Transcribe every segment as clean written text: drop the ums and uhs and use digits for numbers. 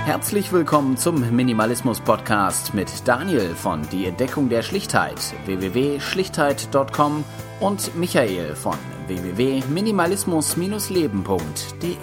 Herzlich willkommen zum Minimalismus-Podcast mit Daniel von Die Entdeckung der Schlichtheit www.schlichtheit.com und Michael von www.minimalismus-leben.de.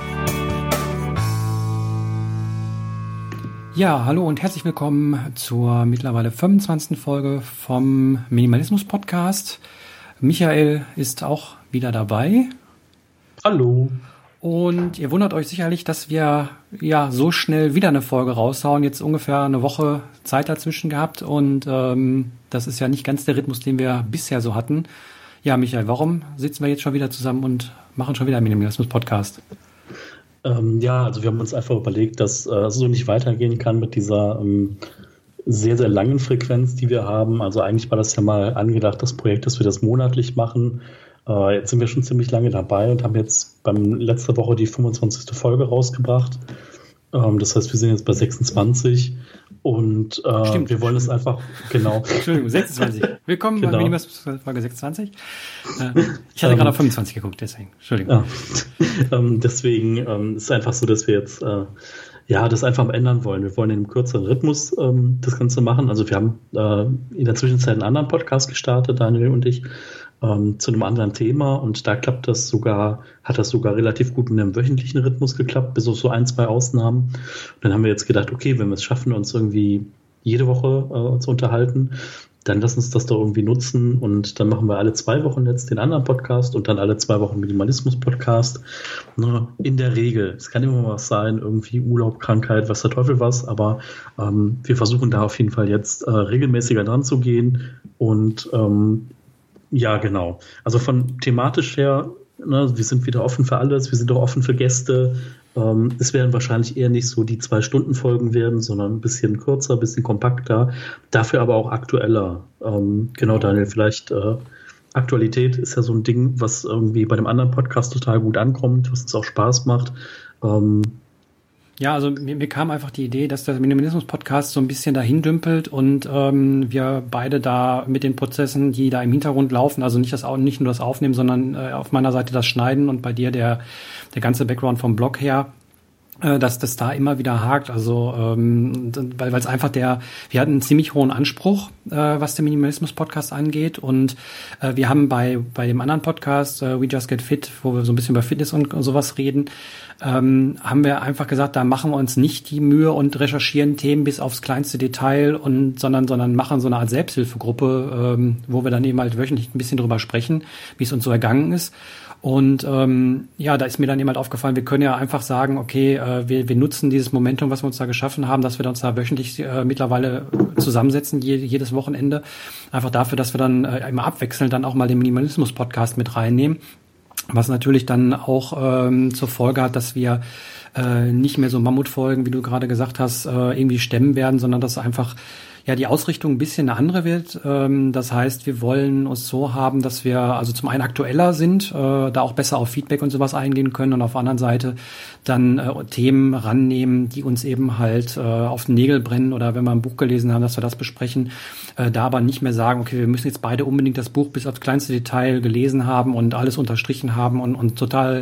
Ja, hallo und herzlich willkommen zur mittlerweile 25. Folge vom Minimalismus-Podcast. Michael ist auch wieder dabei. Hallo. Und ihr wundert euch sicherlich, dass wir ja so schnell wieder eine Folge raushauen. Jetzt ungefähr eine Woche Zeit dazwischen gehabt und das ist ja nicht ganz der Rhythmus, den wir bisher so hatten. Ja, Michael, warum sitzen wir jetzt schon wieder zusammen und machen schon wieder einen Minimalismus-Podcast? Also wir haben uns einfach überlegt, dass es so nicht weitergehen kann mit dieser sehr, sehr langen Frequenz, die wir haben. Also eigentlich war das ja mal angedacht, das Projekt, dass wir das monatlich machen. Jetzt sind wir schon ziemlich lange dabei und haben jetzt letzte Woche die 25. Folge rausgebracht. Das heißt, wir sind jetzt bei 26 und wir wollen es einfach, genau. Entschuldigung, 26. Willkommen bei Minimalismus Folge 26. Ich hatte gerade auf 25 geguckt, deswegen. Entschuldigung. Deswegen ist es einfach so, dass wir jetzt das einfach ändern wollen. Wir wollen in einem kürzeren Rhythmus das Ganze machen. Also wir haben in der Zwischenzeit einen anderen Podcast gestartet, Daniel und ich, zu einem anderen Thema und da hat das sogar relativ gut in einem wöchentlichen Rhythmus geklappt, bis auf so 1-2 Ausnahmen. Und dann haben wir jetzt gedacht, okay, wenn wir es schaffen, uns irgendwie jede Woche zu unterhalten, dann lass uns das doch irgendwie nutzen und dann machen wir alle 2 Wochen jetzt den anderen Podcast und dann alle 2 Wochen Minimalismus-Podcast. In der Regel, es kann immer was sein, irgendwie Urlaub, Krankheit, was der Teufel was, aber wir versuchen da auf jeden Fall jetzt regelmäßiger dran zu gehen und ja, genau. Also von thematisch her, wir sind wieder offen für alles, wir sind auch offen für Gäste. Es werden wahrscheinlich eher nicht so die 2-Stunden-Folgen werden, sondern ein bisschen kürzer, ein bisschen kompakter, dafür aber auch aktueller. Genau, Daniel, vielleicht Aktualität ist ja so ein Ding, was irgendwie bei dem anderen Podcast total gut ankommt, was uns auch Spaß macht. Ja, also mir kam einfach die Idee, dass der Minimalismus-Podcast so ein bisschen dahin dümpelt und wir beide da mit den Prozessen, die da im Hintergrund laufen, also nicht nur das Aufnehmen, sondern auf meiner Seite das Schneiden und bei dir der ganze Background vom Blog her, dass das da immer wieder hakt, also weil es einfach wir hatten einen ziemlich hohen Anspruch, was den Minimalismus-Podcast angeht und wir haben bei dem anderen Podcast, We Just Get Fit, wo wir so ein bisschen über Fitness und sowas reden, haben wir einfach gesagt, da machen wir uns nicht die Mühe und recherchieren Themen bis aufs kleinste Detail sondern machen so eine Art Selbsthilfegruppe, wo wir dann eben halt wöchentlich ein bisschen drüber sprechen, wie es uns so ergangen ist. Und da ist mir dann eben halt aufgefallen, wir können ja einfach sagen, okay, wir nutzen dieses Momentum, was wir uns da geschaffen haben, dass wir uns da wöchentlich mittlerweile zusammensetzen, jedes Wochenende, einfach dafür, dass wir dann immer abwechselnd dann auch mal den Minimalismus-Podcast mit reinnehmen, was natürlich dann auch zur Folge hat, dass wir nicht mehr so Mammutfolgen, wie du gerade gesagt hast, irgendwie stemmen werden, sondern dass einfach die Ausrichtung ein bisschen eine andere wird. Das heißt, wir wollen uns so haben, dass wir also zum einen aktueller sind, da auch besser auf Feedback und sowas eingehen können und auf der anderen Seite dann Themen rannehmen, die uns eben halt auf den Nägel brennen oder wenn wir ein Buch gelesen haben, dass wir das besprechen, da aber nicht mehr sagen, okay, wir müssen jetzt beide unbedingt das Buch bis aufs kleinste Detail gelesen haben und alles unterstrichen haben und total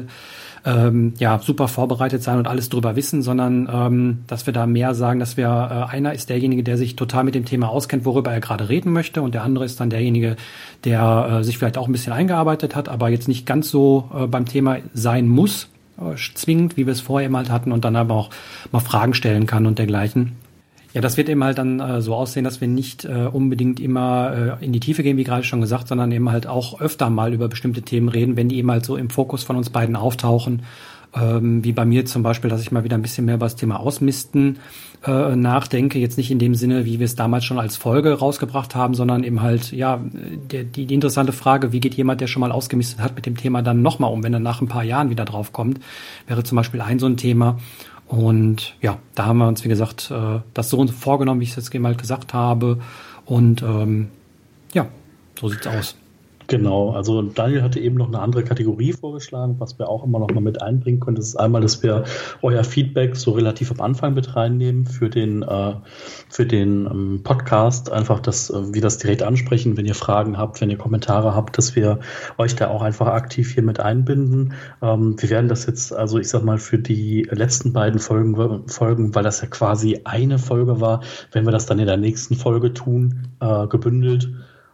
super vorbereitet sein und alles drüber wissen, sondern dass wir da mehr sagen, dass wir einer ist derjenige, der sich total mit dem Thema auskennt, worüber er gerade reden möchte und der andere ist dann derjenige, der sich vielleicht auch ein bisschen eingearbeitet hat, aber jetzt nicht ganz so beim Thema sein muss, zwingend, wie wir es vorher eben halt hatten und dann aber auch mal Fragen stellen kann und dergleichen. Ja, das wird eben halt dann so aussehen, dass wir nicht unbedingt immer in die Tiefe gehen, wie gerade schon gesagt, sondern eben halt auch öfter mal über bestimmte Themen reden, wenn die eben halt so im Fokus von uns beiden auftauchen. Wie bei mir zum Beispiel, dass ich mal wieder ein bisschen mehr über das Thema Ausmisten nachdenke. Jetzt nicht in dem Sinne, wie wir es damals schon als Folge rausgebracht haben, sondern eben halt, die interessante Frage, wie geht jemand, der schon mal ausgemistet hat, mit dem Thema dann nochmal um, wenn er nach ein paar Jahren wieder drauf kommt, wäre zum Beispiel ein so ein Thema. Und ja, da haben wir uns, wie gesagt, das so vorgenommen, wie ich es jetzt eben halt gesagt habe. Und so sieht's aus. Genau, also Daniel hatte eben noch eine andere Kategorie vorgeschlagen, was wir auch immer noch mal mit einbringen können. Das ist einmal, dass wir euer Feedback so relativ am Anfang mit reinnehmen für den Podcast. Einfach, wir das direkt ansprechen, wenn ihr Fragen habt, wenn ihr Kommentare habt, dass wir euch da auch einfach aktiv hier mit einbinden. Wir werden das jetzt, also ich sag mal, für die letzten beiden Folgen, weil das ja quasi eine Folge war, wenn wir das dann in der nächsten Folge tun, gebündelt.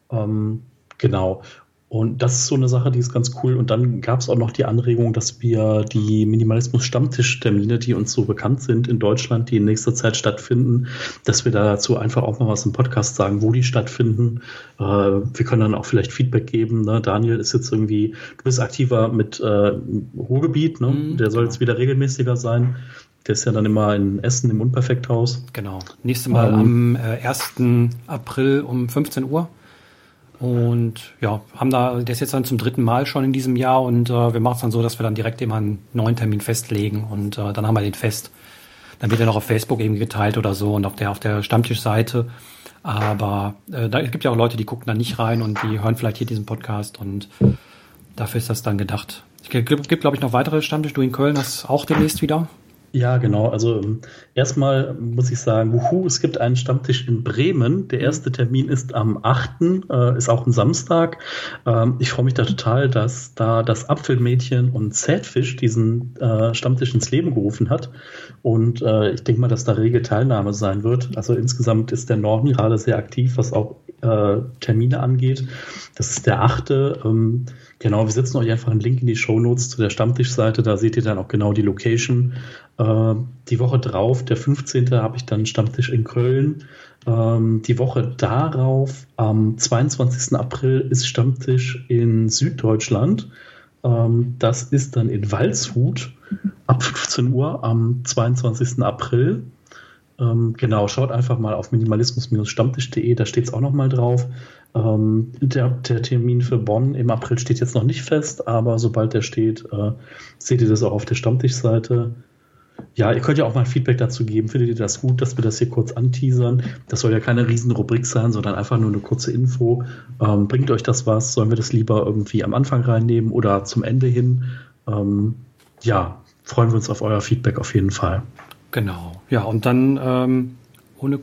Genau. Und das ist so eine Sache, die ist ganz cool. Und dann gab es auch noch die Anregung, dass wir die Minimalismus-Stammtisch-Termine, die uns so bekannt sind in Deutschland, die in nächster Zeit stattfinden, dass wir dazu einfach auch mal was im Podcast sagen, wo die stattfinden. Wir können dann auch vielleicht Feedback geben. Ne? Daniel ist jetzt irgendwie, du bist aktiver mit Ruhrgebiet, ne? Der soll jetzt wieder regelmäßiger sein. Der ist ja dann immer in Essen im Unperfekthaus. Genau. Nächstes Mal am 1. April um 15 Uhr. Und ja, der ist jetzt dann zum 3. Mal schon in diesem Jahr und wir machen es dann so, dass wir dann direkt immer einen neuen Termin festlegen und dann haben wir den fest. Dann wird er noch auf Facebook eben geteilt oder so und auf der Stammtischseite. Aber da gibt ja auch Leute, die gucken da nicht rein und die hören vielleicht hier diesen Podcast und dafür ist das dann gedacht. Es gibt, glaube ich, noch weitere Stammtische. Du in Köln hast auch demnächst wieder. Ja, genau. Also erstmal muss ich sagen, es gibt einen Stammtisch in Bremen. Der erste Termin ist am 8., ist auch ein Samstag. Ich freue mich da total, dass da das Apfelmädchen und Zätfisch diesen Stammtisch ins Leben gerufen hat. Und ich denke mal, dass da rege Teilnahme sein wird. Also insgesamt ist der Norden gerade sehr aktiv, was auch Termine angeht. Das ist der 8. Genau, wir setzen euch einfach einen Link in die Shownotes zu der Stammtischseite. Da seht ihr dann auch genau die Location. Die Woche drauf, der 15. habe ich dann einen Stammtisch in Köln. Die Woche darauf, am 22. April, ist Stammtisch in Süddeutschland. Das ist dann in Waldshut ab 15 Uhr am 22. April. Genau, schaut einfach mal auf minimalismus-stammtisch.de, da steht es auch nochmal drauf. Der Termin für Bonn im April steht jetzt noch nicht fest, aber sobald der steht, seht ihr das auch auf der Stammtischseite. Ja, ihr könnt ja auch mal Feedback dazu geben. Findet ihr das gut, dass wir das hier kurz anteasern? Das soll ja keine riesen Rubrik sein, sondern einfach nur eine kurze Info. Bringt euch das was? Sollen wir das lieber irgendwie am Anfang reinnehmen oder zum Ende hin? Ja, freuen wir uns auf euer Feedback auf jeden Fall. Genau. Ja, und dann ohne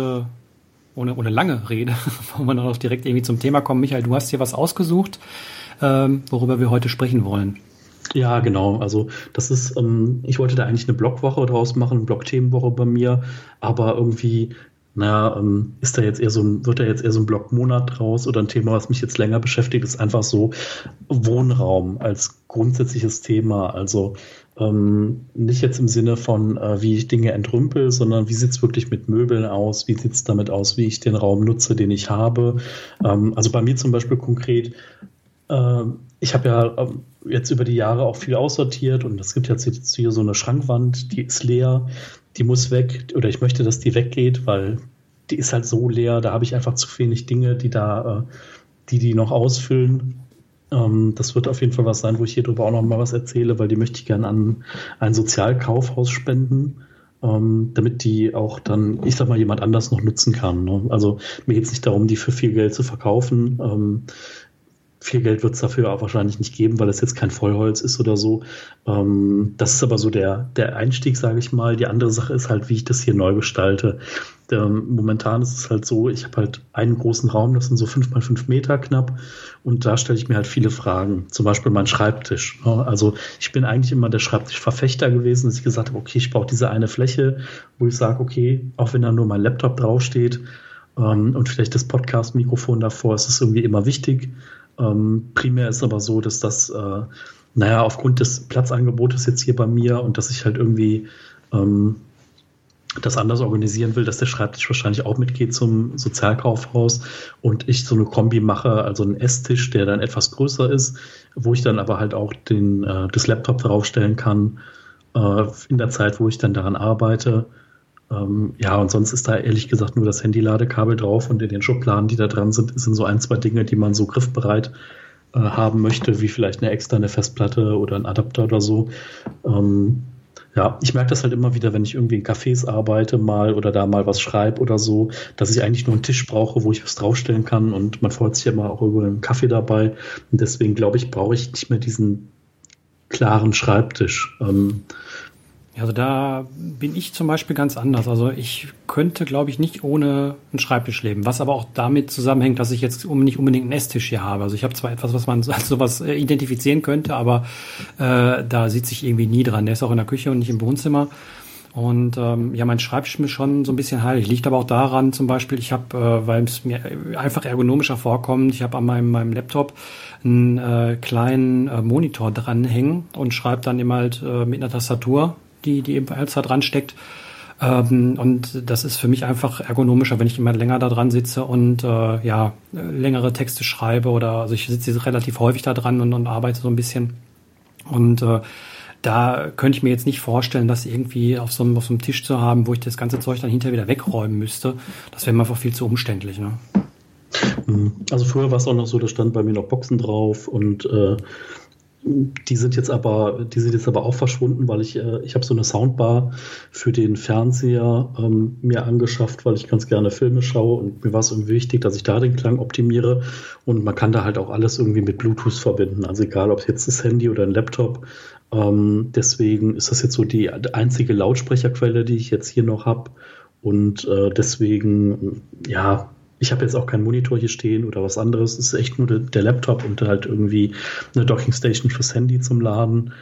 lange Rede wollen wir noch direkt irgendwie zum Thema kommen. Michael, du hast hier was ausgesucht, worüber wir heute sprechen wollen. Ja, genau. Also das ist, ich wollte da eigentlich eine Blogwoche draus machen, eine Blogthemenwoche bei mir, aber irgendwie, wird da jetzt eher so ein Blogmonat draus oder ein Thema, was mich jetzt länger beschäftigt, ist einfach so Wohnraum als grundsätzliches Thema. Also nicht jetzt im Sinne von, wie ich Dinge entrümpel, sondern wie sieht es wirklich mit Möbeln aus, wie sieht es damit aus, wie ich den Raum nutze, den ich habe. Also bei mir zum Beispiel konkret, ich habe ja jetzt über die Jahre auch viel aussortiert und es gibt jetzt hier so eine Schrankwand, die ist leer, die muss weg oder ich möchte, dass die weggeht, weil die ist halt so leer, da habe ich einfach zu wenig Dinge, die noch ausfüllen. Das wird auf jeden Fall was sein, wo ich hier drüber auch noch mal was erzähle, weil die möchte ich gerne an ein Sozialkaufhaus spenden, damit die auch dann, ich sag mal, jemand anders noch nutzen kann. Ne? Also mir geht es nicht darum, die für viel Geld zu verkaufen. Viel Geld wird es dafür auch wahrscheinlich nicht geben, weil es jetzt kein Vollholz ist oder so. Das ist aber so der Einstieg, sage ich mal. Die andere Sache ist halt, wie ich das hier neu gestalte. Momentan ist es halt so, ich habe halt einen großen Raum, das sind so 5x5 Meter knapp und da stelle ich mir halt viele Fragen. Zum Beispiel mein Schreibtisch. Also ich bin eigentlich immer der Schreibtischverfechter gewesen, dass ich gesagt habe, okay, ich brauche diese eine Fläche, wo ich sage, okay, auch wenn da nur mein Laptop draufsteht und vielleicht das Podcast-Mikrofon davor, ist es irgendwie immer wichtig. Primär ist aber so, dass das, aufgrund des Platzangebotes jetzt hier bei mir und dass ich halt irgendwie das anders organisieren will, dass der Schreibtisch wahrscheinlich auch mitgeht zum Sozialkaufhaus und ich so eine Kombi mache, also einen Esstisch, der dann etwas größer ist, wo ich dann aber halt auch das Laptop draufstellen kann in der Zeit, wo ich dann daran arbeite. Und sonst ist da ehrlich gesagt nur das Handy-Ladekabel drauf und in den Schubladen, die da dran sind so 1-2 Dinge, die man so griffbereit haben möchte, wie vielleicht eine externe Festplatte oder ein Adapter oder so. Ja, ich merke das halt immer wieder, wenn ich irgendwie in Cafés arbeite mal oder da mal was schreibe oder so, dass ich eigentlich nur einen Tisch brauche, wo ich was draufstellen kann und man freut sich ja immer auch über einen Kaffee dabei. Und deswegen glaube ich, brauche ich nicht mehr diesen klaren Schreibtisch. Also da bin ich zum Beispiel ganz anders. Also ich könnte, glaube ich, nicht ohne einen Schreibtisch leben, was aber auch damit zusammenhängt, dass ich jetzt nicht unbedingt einen Esstisch hier habe. Also ich habe zwar etwas, was man als sowas identifizieren könnte, aber da sitze ich irgendwie nie dran. Der ist auch in der Küche und nicht im Wohnzimmer. Und mein Schreibtisch ist schon so ein bisschen heilig. Liegt aber auch daran, zum Beispiel, ich habe, weil es mir einfach ergonomischer vorkommt, ich habe an meinem Laptop einen kleinen Monitor dranhängen und schreibe dann eben halt mit einer Tastatur, die ebenfalls da dran steckt. Und das ist für mich einfach ergonomischer, wenn ich immer länger da dran sitze und längere Texte schreibe also ich sitze relativ häufig da dran und arbeite so ein bisschen. Und da könnte ich mir jetzt nicht vorstellen, das irgendwie auf so einem Tisch zu haben, wo ich das ganze Zeug dann hinterher wieder wegräumen müsste. Das wäre mir einfach viel zu umständlich, ne? Also früher war es auch noch so, da stand bei mir noch Boxen drauf und die sind jetzt aber auch verschwunden, weil ich habe so eine Soundbar für den Fernseher mir angeschafft, weil ich ganz gerne Filme schaue und mir war es irgendwie wichtig, dass ich da den Klang optimiere und man kann da halt auch alles irgendwie mit Bluetooth verbinden, also egal ob jetzt das Handy oder ein Laptop. Deswegen ist das jetzt so die einzige Lautsprecherquelle, die ich jetzt hier noch habe und deswegen, ja, ich habe jetzt auch keinen Monitor hier stehen oder was anderes. Es ist echt nur der Laptop und halt irgendwie eine Dockingstation fürs Handy zum Laden.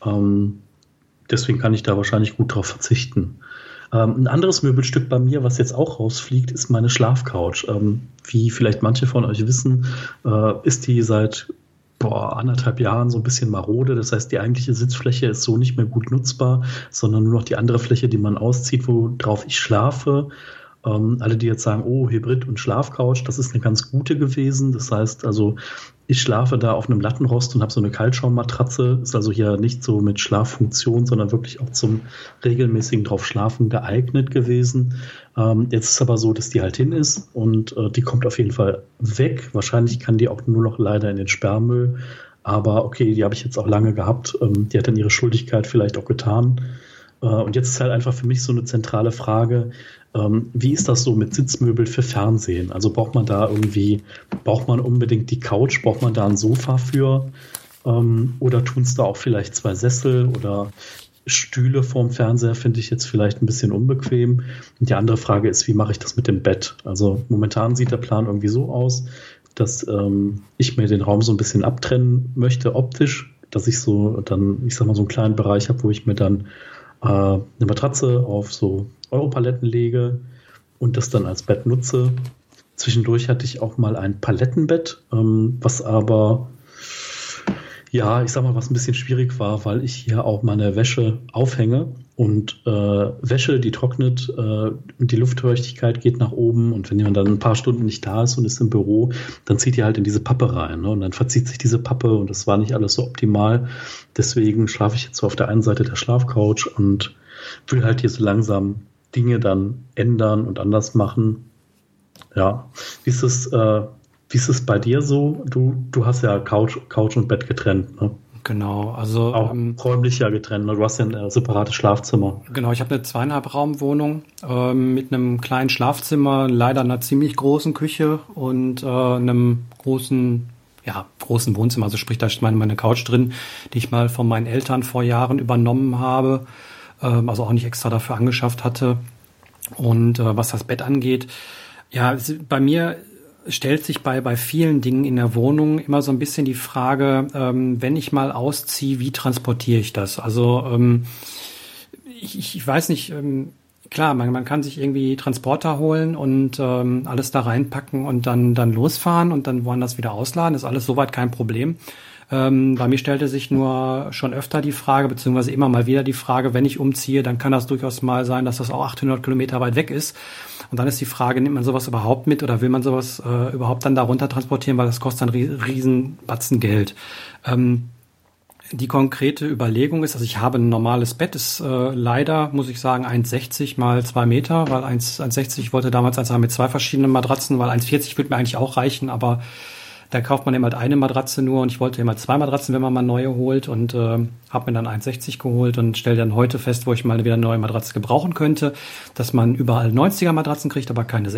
Deswegen kann ich da wahrscheinlich gut drauf verzichten. Ein anderes Möbelstück bei mir, was jetzt auch rausfliegt, ist meine Schlafcouch. Wie vielleicht manche von euch wissen, ist die seit 1,5 Jahren so ein bisschen marode. Das heißt, die eigentliche Sitzfläche ist so nicht mehr gut nutzbar, sondern nur noch die andere Fläche, die man auszieht, worauf ich schlafe. Alle, die jetzt sagen, oh, Hybrid und Schlafcouch, das ist eine ganz gute gewesen. Das heißt also, ich schlafe da auf einem Lattenrost und habe so eine Kaltschaummatratze. Ist also hier nicht so mit Schlaffunktion, sondern wirklich auch zum regelmäßigen drauf schlafen geeignet gewesen. Jetzt ist es aber so, dass die halt hin ist und die kommt auf jeden Fall weg. Wahrscheinlich kann die auch nur noch leider in den Sperrmüll. Aber okay, die habe ich jetzt auch lange gehabt. Die hat dann ihre Schuldigkeit vielleicht auch getan. Und jetzt ist halt einfach für mich so eine zentrale Frage, wie ist das so mit Sitzmöbel für Fernsehen? Also braucht man unbedingt die Couch, braucht man da ein Sofa für? Oder tun es da auch vielleicht 2 Sessel oder Stühle vorm Fernseher, finde ich jetzt vielleicht ein bisschen unbequem. Und die andere Frage ist, wie mache ich das mit dem Bett? Also momentan sieht der Plan irgendwie so aus, dass ich mir den Raum so ein bisschen abtrennen möchte optisch, dass ich so dann, ich sag mal, so einen kleinen Bereich habe, wo ich mir dann eine Matratze auf so Europaletten lege und das dann als Bett nutze. Zwischendurch hatte ich auch mal ein Palettenbett, was aber, ja, ich sag mal, was ein bisschen schwierig war, weil ich hier auch meine Wäsche aufhänge und Wäsche, die trocknet, die Luftfeuchtigkeit geht nach oben und wenn jemand dann ein paar Stunden nicht da ist und ist im Büro, dann zieht die halt in diese Pappe rein, ne? Und dann verzieht sich diese Pappe und das war nicht alles so optimal. Deswegen schlafe ich jetzt so auf der einen Seite der Schlafcouch und will halt hier so langsam Dinge dann ändern und anders machen. Ja, wie ist es bei dir so? Du hast ja Couch und Bett getrennt, ne? Genau, also auch räumlich ja getrennt, ne? Du hast ja ein separates Schlafzimmer. Genau, ich habe eine 2,5-Raum-Wohnung mit einem kleinen Schlafzimmer, leider einer ziemlich großen Küche und einem großen Wohnzimmer. Also sprich, da ist meine Couch drin, die ich mal von meinen Eltern vor Jahren übernommen habe, also auch nicht extra dafür angeschafft hatte. Und was das Bett angeht, ja, bei mir stellt sich bei vielen Dingen in der Wohnung immer so ein bisschen die Frage, wenn ich mal ausziehe, wie transportiere ich das? Also ich weiß nicht, klar, man kann sich irgendwie Transporter holen und alles da reinpacken und dann losfahren und dann woanders wieder ausladen. Das ist alles soweit kein Problem. Bei mir stellte sich nur schon öfter die Frage, beziehungsweise immer mal wieder die Frage, wenn ich umziehe, dann kann das durchaus mal sein, dass das auch 800 Kilometer weit weg ist. Und dann ist die Frage, nimmt man sowas überhaupt mit oder will man sowas überhaupt dann da runter transportieren, weil das kostet dann riesen Batzen Geld. Die konkrete Überlegung ist, also ich habe ein normales Bett, ist leider, muss ich sagen, 1,60 mal 2 Meter, weil 1,60, ich wollte damals eins haben mit 2 verschiedenen Matratzen, weil 1,40 würde mir eigentlich auch reichen, aber Da kauft man eben halt eine Matratze nur und ich wollte eben halt 2 Matratzen, wenn man mal neue holt und habe mir dann 1,60 geholt und stelle dann heute fest, wo ich mal wieder eine neue Matratze gebrauchen könnte, dass man überall 90er Matratzen kriegt, aber keine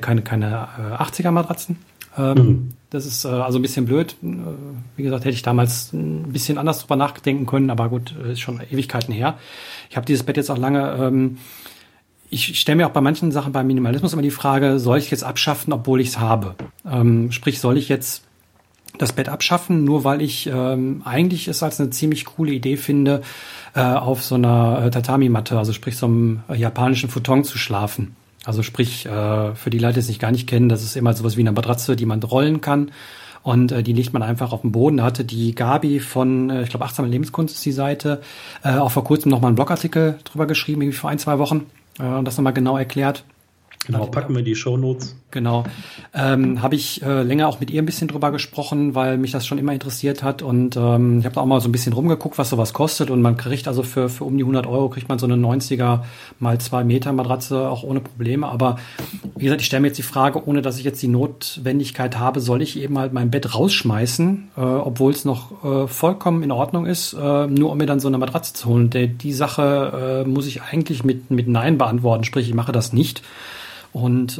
80er Matratzen. Das ist also ein bisschen blöd. Wie gesagt, hätte ich damals ein bisschen anders drüber nachdenken können, aber gut, ist schon Ewigkeiten her. Ich habe dieses Bett jetzt auch lange. Ich stelle mir auch bei manchen Sachen beim Minimalismus immer die Frage, soll ich jetzt abschaffen, obwohl ich es habe? Sprich, soll ich jetzt das Bett abschaffen, nur weil ich eigentlich es als eine ziemlich coole Idee finde, auf so einer Tatami-Matte, also sprich so einem japanischen Futon zu schlafen. Also sprich, für die Leute, die es nicht gar nicht kennen, das ist immer sowas wie eine Matratze, die man rollen kann. Und die legt man einfach auf den Boden. Da hatte die Gabi von, ich glaube, Achtsame Lebenskunst ist die Seite, auch vor kurzem nochmal einen Blogartikel drüber geschrieben, irgendwie vor 1-2 Wochen, und das nochmal genau erklärt. Genau, packen wir die Shownotes. Genau. Habe ich länger auch mit ihr ein bisschen drüber gesprochen, weil mich das schon immer interessiert hat. Und ich habe da auch mal so ein bisschen rumgeguckt, was sowas kostet. Und man kriegt also für um die 100 Euro kriegt man so eine 90er mal 2 Meter Matratze auch ohne Probleme. Aber wie gesagt, ich stelle mir jetzt die Frage, ohne dass ich jetzt die Notwendigkeit habe, soll ich eben halt mein Bett rausschmeißen, obwohl es noch vollkommen in Ordnung ist, nur um mir dann so eine Matratze zu holen. Die Sache muss ich eigentlich mit Nein beantworten. Sprich, ich mache das nicht. Und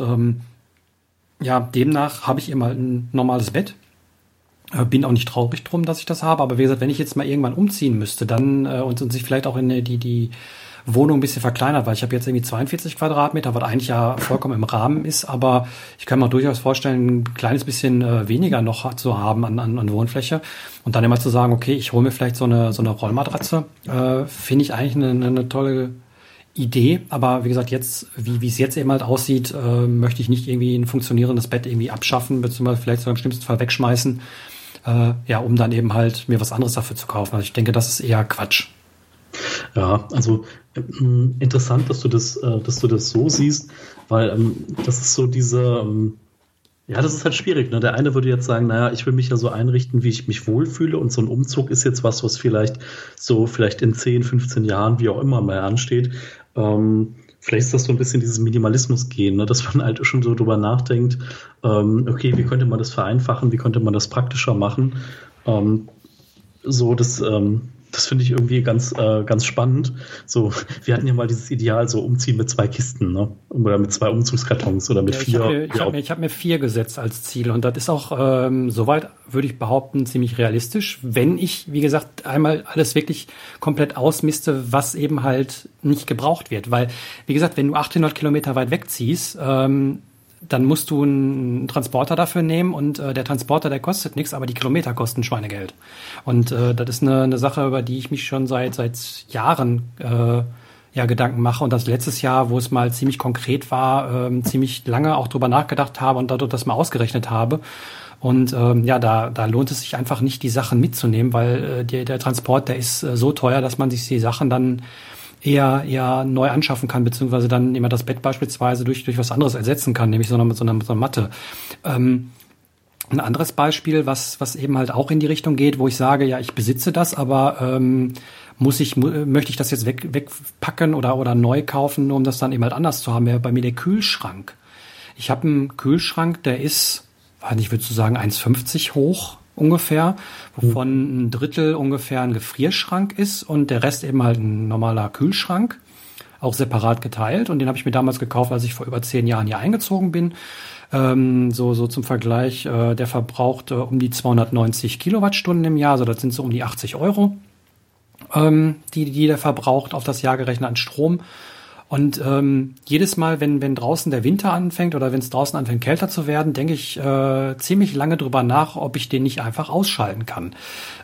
demnach habe ich immer ein normales Bett. Bin auch nicht traurig drum, dass ich das habe. Aber wie gesagt, wenn ich jetzt mal irgendwann umziehen müsste, dann und sich vielleicht auch in die Wohnung ein bisschen verkleinert, weil ich habe jetzt irgendwie 42 Quadratmeter, was eigentlich ja vollkommen im Rahmen ist. Aber ich kann mir durchaus vorstellen, ein kleines bisschen weniger noch zu haben an Wohnfläche. Und dann immer zu sagen, okay, ich hole mir vielleicht so eine Rollmatratze. Finde ich eigentlich eine tolle Idee, aber wie gesagt, jetzt, wie es jetzt eben halt aussieht, möchte ich nicht irgendwie ein funktionierendes Bett irgendwie abschaffen, beziehungsweise vielleicht sogar im schlimmsten Fall wegschmeißen, um dann eben halt mir was anderes dafür zu kaufen. Also ich denke, das ist eher Quatsch. Ja, also interessant, dass du das so siehst, weil das ist so diese ja, das ist halt schwierig. Ne? Der eine würde jetzt sagen, naja, ich will mich ja so einrichten, wie ich mich wohlfühle, und so ein Umzug ist jetzt was vielleicht in 10, 15 Jahren, wie auch immer, mal ansteht. Vielleicht ist das so ein bisschen dieses Minimalismus-Gehen, ne? Dass man halt schon so drüber nachdenkt, okay, wie könnte man das vereinfachen, wie könnte man das praktischer machen? Das finde ich irgendwie ganz spannend. So, wir hatten ja mal dieses Ideal, so umziehen mit 2 Kisten, ne? Oder mit 2 Umzugskartons oder mit 4. Ich hab mir 4 gesetzt als Ziel, und das ist auch soweit, würde ich behaupten, ziemlich realistisch, wenn ich, wie gesagt, einmal alles wirklich komplett ausmiste, was eben halt nicht gebraucht wird. Weil, wie gesagt, wenn du 800 Kilometer weit wegziehst, dann musst du einen Transporter dafür nehmen, und der Transporter, der kostet nichts, aber die Kilometer kosten Schweinegeld. Und das ist eine Sache, über die ich mich schon seit Jahren Gedanken mache, und das letztes Jahr, wo es mal ziemlich konkret war, ziemlich lange auch drüber nachgedacht habe und dadurch das mal ausgerechnet habe. Und da lohnt es sich einfach nicht, die Sachen mitzunehmen, weil der Transport, der ist so teuer, dass man sich die Sachen dann eher neu anschaffen kann, beziehungsweise dann immer das Bett beispielsweise durch was anderes ersetzen kann, nämlich mit so einer Matte. Ein anderes Beispiel, was eben halt auch in die Richtung geht, wo ich sage, ja, ich besitze das, aber möchte ich das jetzt wegpacken oder neu kaufen, nur um das dann eben halt anders zu haben, wäre bei mir der Kühlschrank. Ich habe einen Kühlschrank, der ist, ich würde so sagen, 1,50 hoch ungefähr, wovon ein Drittel ungefähr ein Gefrierschrank ist und der Rest eben halt ein normaler Kühlschrank, auch separat geteilt. Und den habe ich mir damals gekauft, als ich vor über 10 Jahren hier eingezogen bin. So zum Vergleich, der verbraucht um die 290 Kilowattstunden im Jahr, also das sind so um die 80 Euro, die der verbraucht auf das Jahr gerechnet an Strom. Und jedes Mal, wenn draußen der Winter anfängt oder wenn es draußen anfängt kälter zu werden, denke ich ziemlich lange drüber nach, ob ich den nicht einfach ausschalten kann.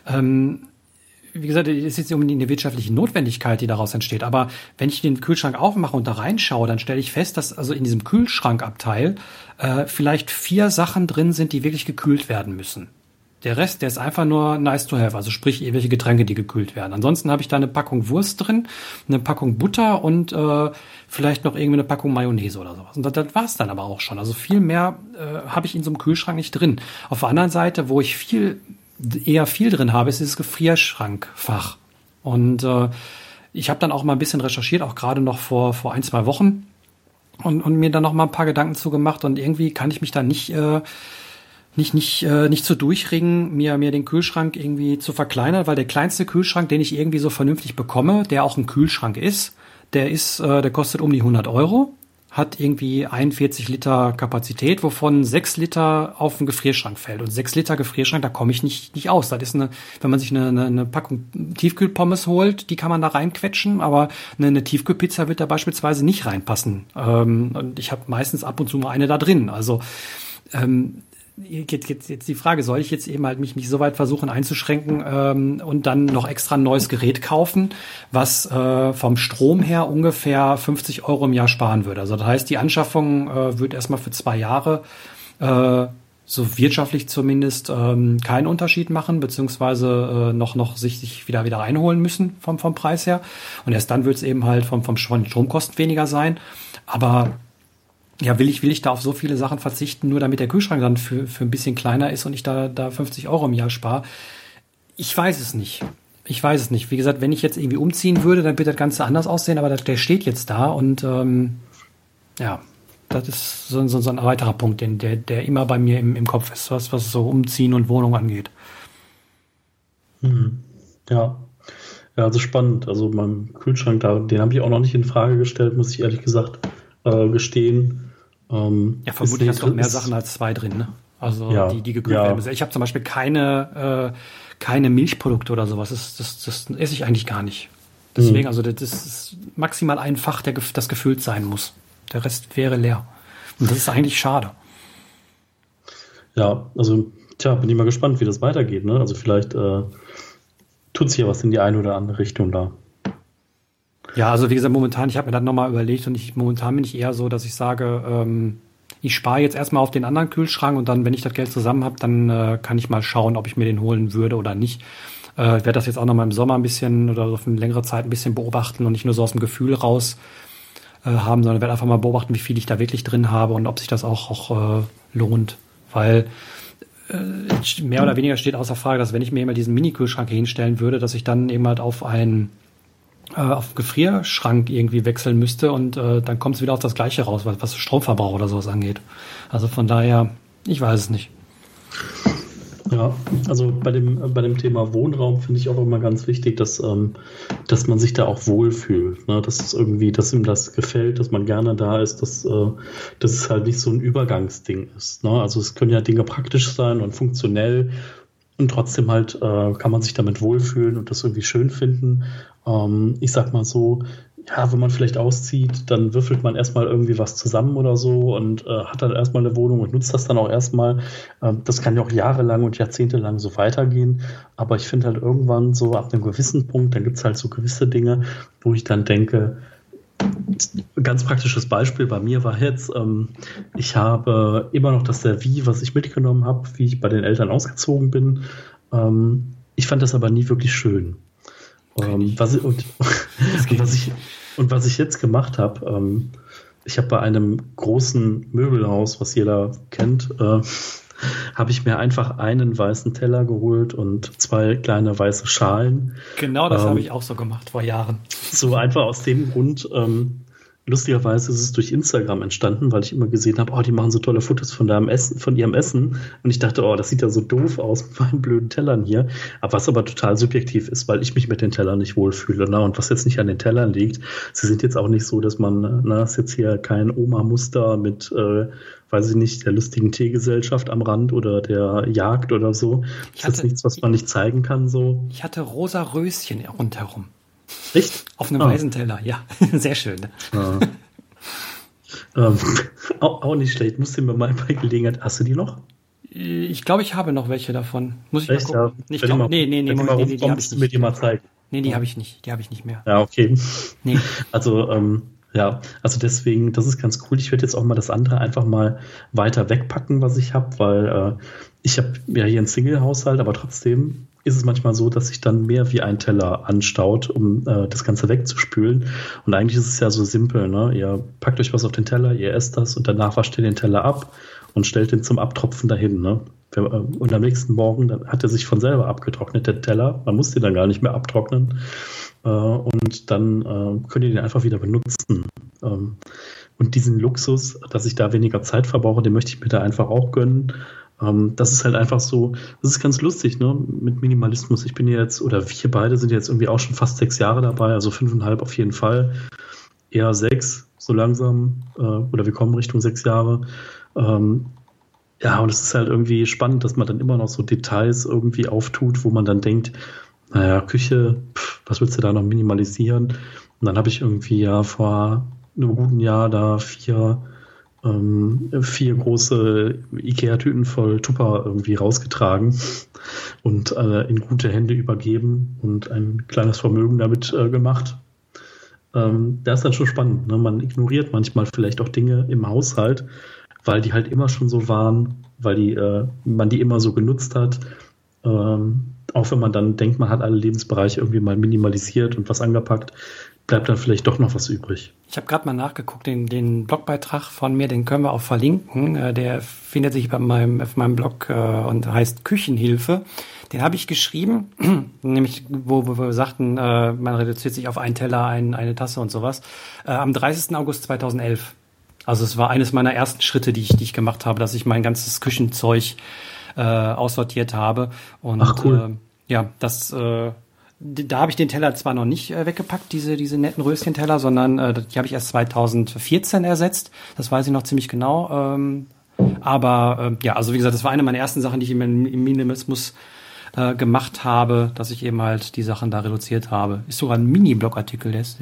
Wie gesagt, es ist jetzt nicht unbedingt eine wirtschaftliche Notwendigkeit, die daraus entsteht. Aber wenn ich den Kühlschrank aufmache und da reinschaue, dann stelle ich fest, dass also in diesem Kühlschrankabteil vielleicht 4 Sachen drin sind, die wirklich gekühlt werden müssen. Der Rest, der ist einfach nur nice to have, also sprich irgendwelche Getränke, die gekühlt werden. Ansonsten habe ich da eine Packung Wurst drin, eine Packung Butter und vielleicht noch irgendwie eine Packung Mayonnaise oder sowas. Und das war's dann aber auch schon. Also viel mehr habe ich in so einem Kühlschrank nicht drin. Auf der anderen Seite, wo ich eher viel drin habe, ist dieses Gefrierschrankfach. Und ich habe dann auch mal ein bisschen recherchiert, auch gerade noch vor 1-2 Wochen und mir dann noch mal ein paar Gedanken zu gemacht. Und irgendwie kann ich mich da nicht nicht zu durchringen, mir den Kühlschrank irgendwie zu verkleinern, weil der kleinste Kühlschrank, den ich irgendwie so vernünftig bekomme, der auch ein Kühlschrank ist, der kostet um die 100 €, hat irgendwie 41 Liter Kapazität, wovon 6 Liter auf den Gefrierschrank fällt. Und 6 Liter Gefrierschrank, da komme ich nicht aus. Das ist wenn man sich eine Packung Tiefkühlpommes holt, die kann man da reinquetschen, aber eine Tiefkühlpizza wird da beispielsweise nicht reinpassen. Und ich habe meistens ab und zu mal eine da drin. Also jetzt die Frage, soll ich jetzt eben halt mich so weit versuchen einzuschränken und dann noch extra ein neues Gerät kaufen, was vom Strom her ungefähr 50 € im Jahr sparen würde. Also das heißt, die Anschaffung wird erstmal für 2 Jahre so wirtschaftlich zumindest keinen Unterschied machen, beziehungsweise noch sich wieder einholen müssen vom Preis her. Und erst dann wird es eben halt von Stromkosten weniger sein. Aber ja, will ich da auf so viele Sachen verzichten, nur damit der Kühlschrank dann für ein bisschen kleiner ist und ich da 50 € im Jahr spare? Ich weiß es nicht. Wie gesagt, wenn ich jetzt irgendwie umziehen würde, dann wird das Ganze anders aussehen, aber der steht jetzt da und ja, das ist so ein weiterer Punkt, der immer bei mir im Kopf ist, was so Umziehen und Wohnung angeht. Ja, also spannend. Also mein Kühlschrank, den habe ich auch noch nicht in Frage gestellt, muss ich ehrlich gesagt gestehen. Ja, vermutlich hast du auch mehr Sachen als 2 drin, ne? Also ja, die gekühlt werden müssen. Ich habe zum Beispiel keine Milchprodukte oder sowas. Das esse ich eigentlich gar nicht. Deswegen, also das ist maximal ein Fach, das gefüllt sein muss. Der Rest wäre leer. Und das ist eigentlich schade. Ja, also bin ich mal gespannt, wie das weitergeht, ne? Also vielleicht tut sich ja was in die eine oder andere Richtung da. Ja, also wie gesagt, momentan, ich habe mir das nochmal überlegt und momentan bin ich eher so, dass ich sage, ich spare jetzt erstmal auf den anderen Kühlschrank und dann, wenn ich das Geld zusammen habe, dann kann ich mal schauen, ob ich mir den holen würde oder nicht. Ich werde das jetzt auch nochmal im Sommer ein bisschen oder so für eine längere Zeit ein bisschen beobachten und nicht nur so aus dem Gefühl raus haben, sondern werde einfach mal beobachten, wie viel ich da wirklich drin habe und ob sich das auch lohnt. Weil mehr oder weniger steht außer Frage, dass wenn ich mir immer diesen Mini-Kühlschrank hier hinstellen würde, dass ich dann eben halt auf einen Gefrierschrank irgendwie wechseln müsste und dann kommt es wieder auf das Gleiche raus, was Stromverbrauch oder sowas angeht. Also von daher, ich weiß es nicht. Ja, also bei dem Thema Wohnraum finde ich auch immer ganz wichtig, dass man sich da auch wohlfühlt, ne? Dass ihm das gefällt, dass man gerne da ist, dass es halt nicht so ein Übergangsding ist, ne? Also es können ja Dinge praktisch sein und funktionell und trotzdem halt kann man sich damit wohlfühlen und das irgendwie schön finden. Ich sag mal so, ja, wenn man vielleicht auszieht, dann würfelt man erstmal irgendwie was zusammen oder so und hat dann erstmal eine Wohnung und nutzt das dann auch erstmal. Das kann ja auch jahrelang und jahrzehntelang so weitergehen. Aber ich finde halt irgendwann so ab einem gewissen Punkt, dann gibt es halt so gewisse Dinge, wo ich dann denke, ganz praktisches Beispiel bei mir war jetzt, ich habe immer noch das Service, was ich mitgenommen habe, wie ich bei den Eltern ausgezogen bin. Ich fand das aber nie wirklich schön. Was ich jetzt gemacht habe, ich habe bei einem großen Möbelhaus, was jeder kennt, habe ich mir einfach einen weißen Teller geholt und 2 kleine weiße Schalen. Genau, das habe ich auch so gemacht vor Jahren. So einfach aus dem Grund, lustigerweise ist es durch Instagram entstanden, weil ich immer gesehen habe, die machen so tolle Fotos von ihrem Essen. Und ich dachte, das sieht ja so doof aus mit meinen blöden Tellern hier. Aber was aber total subjektiv ist, weil ich mich mit den Tellern nicht wohlfühle. Ne? Und was jetzt nicht an den Tellern liegt, sie sind jetzt auch nicht so, dass man, ist jetzt hier kein Oma-Muster mit, weiß ich nicht, der lustigen Teegesellschaft am Rand oder der Jagd oder so. Das ist jetzt nichts, was man nicht zeigen kann. So. Ich hatte rosa Röschen rundherum. Echt? Auf einem weißen Teller, ja. Sehr schön. Auch nicht schlecht. Musst du mir mal bei Gelegenheit. Hast du die noch? Ich glaube, ich habe noch welche davon. Muss ich echt, mal gucken. Ja. Die habe ich nicht. Mir die mal zeigen. Nee, die habe ich nicht. Die habe ich nicht mehr. Ja, okay. Nee. Also, also deswegen, das ist ganz cool. Ich werde jetzt auch mal das andere einfach mal weiter wegpacken, was ich habe, weil ich habe ja hier einen Single-Haushalt, aber trotzdem ist es manchmal so, dass sich dann mehr wie ein Teller anstaut, um das Ganze wegzuspülen. Und eigentlich ist es ja so simpel, ne? Ihr packt euch was auf den Teller, ihr esst das und danach wascht ihr den Teller ab und stellt den zum Abtropfen dahin, ne? Und am nächsten Morgen dann hat er sich von selber abgetrocknet, der Teller. Man muss den dann gar nicht mehr abtrocknen. Und dann könnt ihr den einfach wieder benutzen. Und diesen Luxus, dass ich da weniger Zeit verbrauche, den möchte ich mir da einfach auch gönnen. Das ist halt einfach so, das ist ganz lustig, ne, mit Minimalismus. Ich bin jetzt, oder wir beide sind jetzt irgendwie auch schon fast 6 Jahre dabei, also 5,5 auf jeden Fall, eher 6, so langsam, oder wir kommen Richtung 6 Jahre. Ja, und es ist halt irgendwie spannend, dass man dann immer noch so Details irgendwie auftut, wo man dann denkt, naja, Küche, was willst du da noch minimalisieren? Und dann habe ich irgendwie ja vor einem guten Jahr da 4 große Ikea-Tüten voll Tupper irgendwie rausgetragen und in gute Hände übergeben und ein kleines Vermögen damit gemacht. Das ist dann schon spannend. Ne? Man ignoriert manchmal vielleicht auch Dinge im Haushalt, weil die halt immer schon so waren, weil man die immer so genutzt hat. Auch wenn man dann denkt, man hat alle Lebensbereiche irgendwie mal minimalisiert und was angepackt, bleibt dann vielleicht doch noch was übrig. Ich habe gerade mal nachgeguckt, den Blogbeitrag von mir, den können wir auch verlinken. Der findet sich auf meinem Blog und heißt Küchenhilfe. Den habe ich geschrieben, nämlich wo wir sagten, man reduziert sich auf einen Teller, eine Tasse und sowas, am 30. August 2011. Also es war eines meiner ersten Schritte, die ich gemacht habe, dass ich mein ganzes Küchenzeug aussortiert habe. Und ach, cool. Da habe ich den Teller zwar noch nicht weggepackt, diese netten Röschenteller, sondern die habe ich erst 2014 ersetzt. Das weiß ich noch ziemlich genau. Also wie gesagt, das war eine meiner ersten Sachen, die ich im Minimalismus gemacht habe, dass ich eben halt die Sachen da reduziert habe. Ist sogar ein Mini-Blogartikel, der ist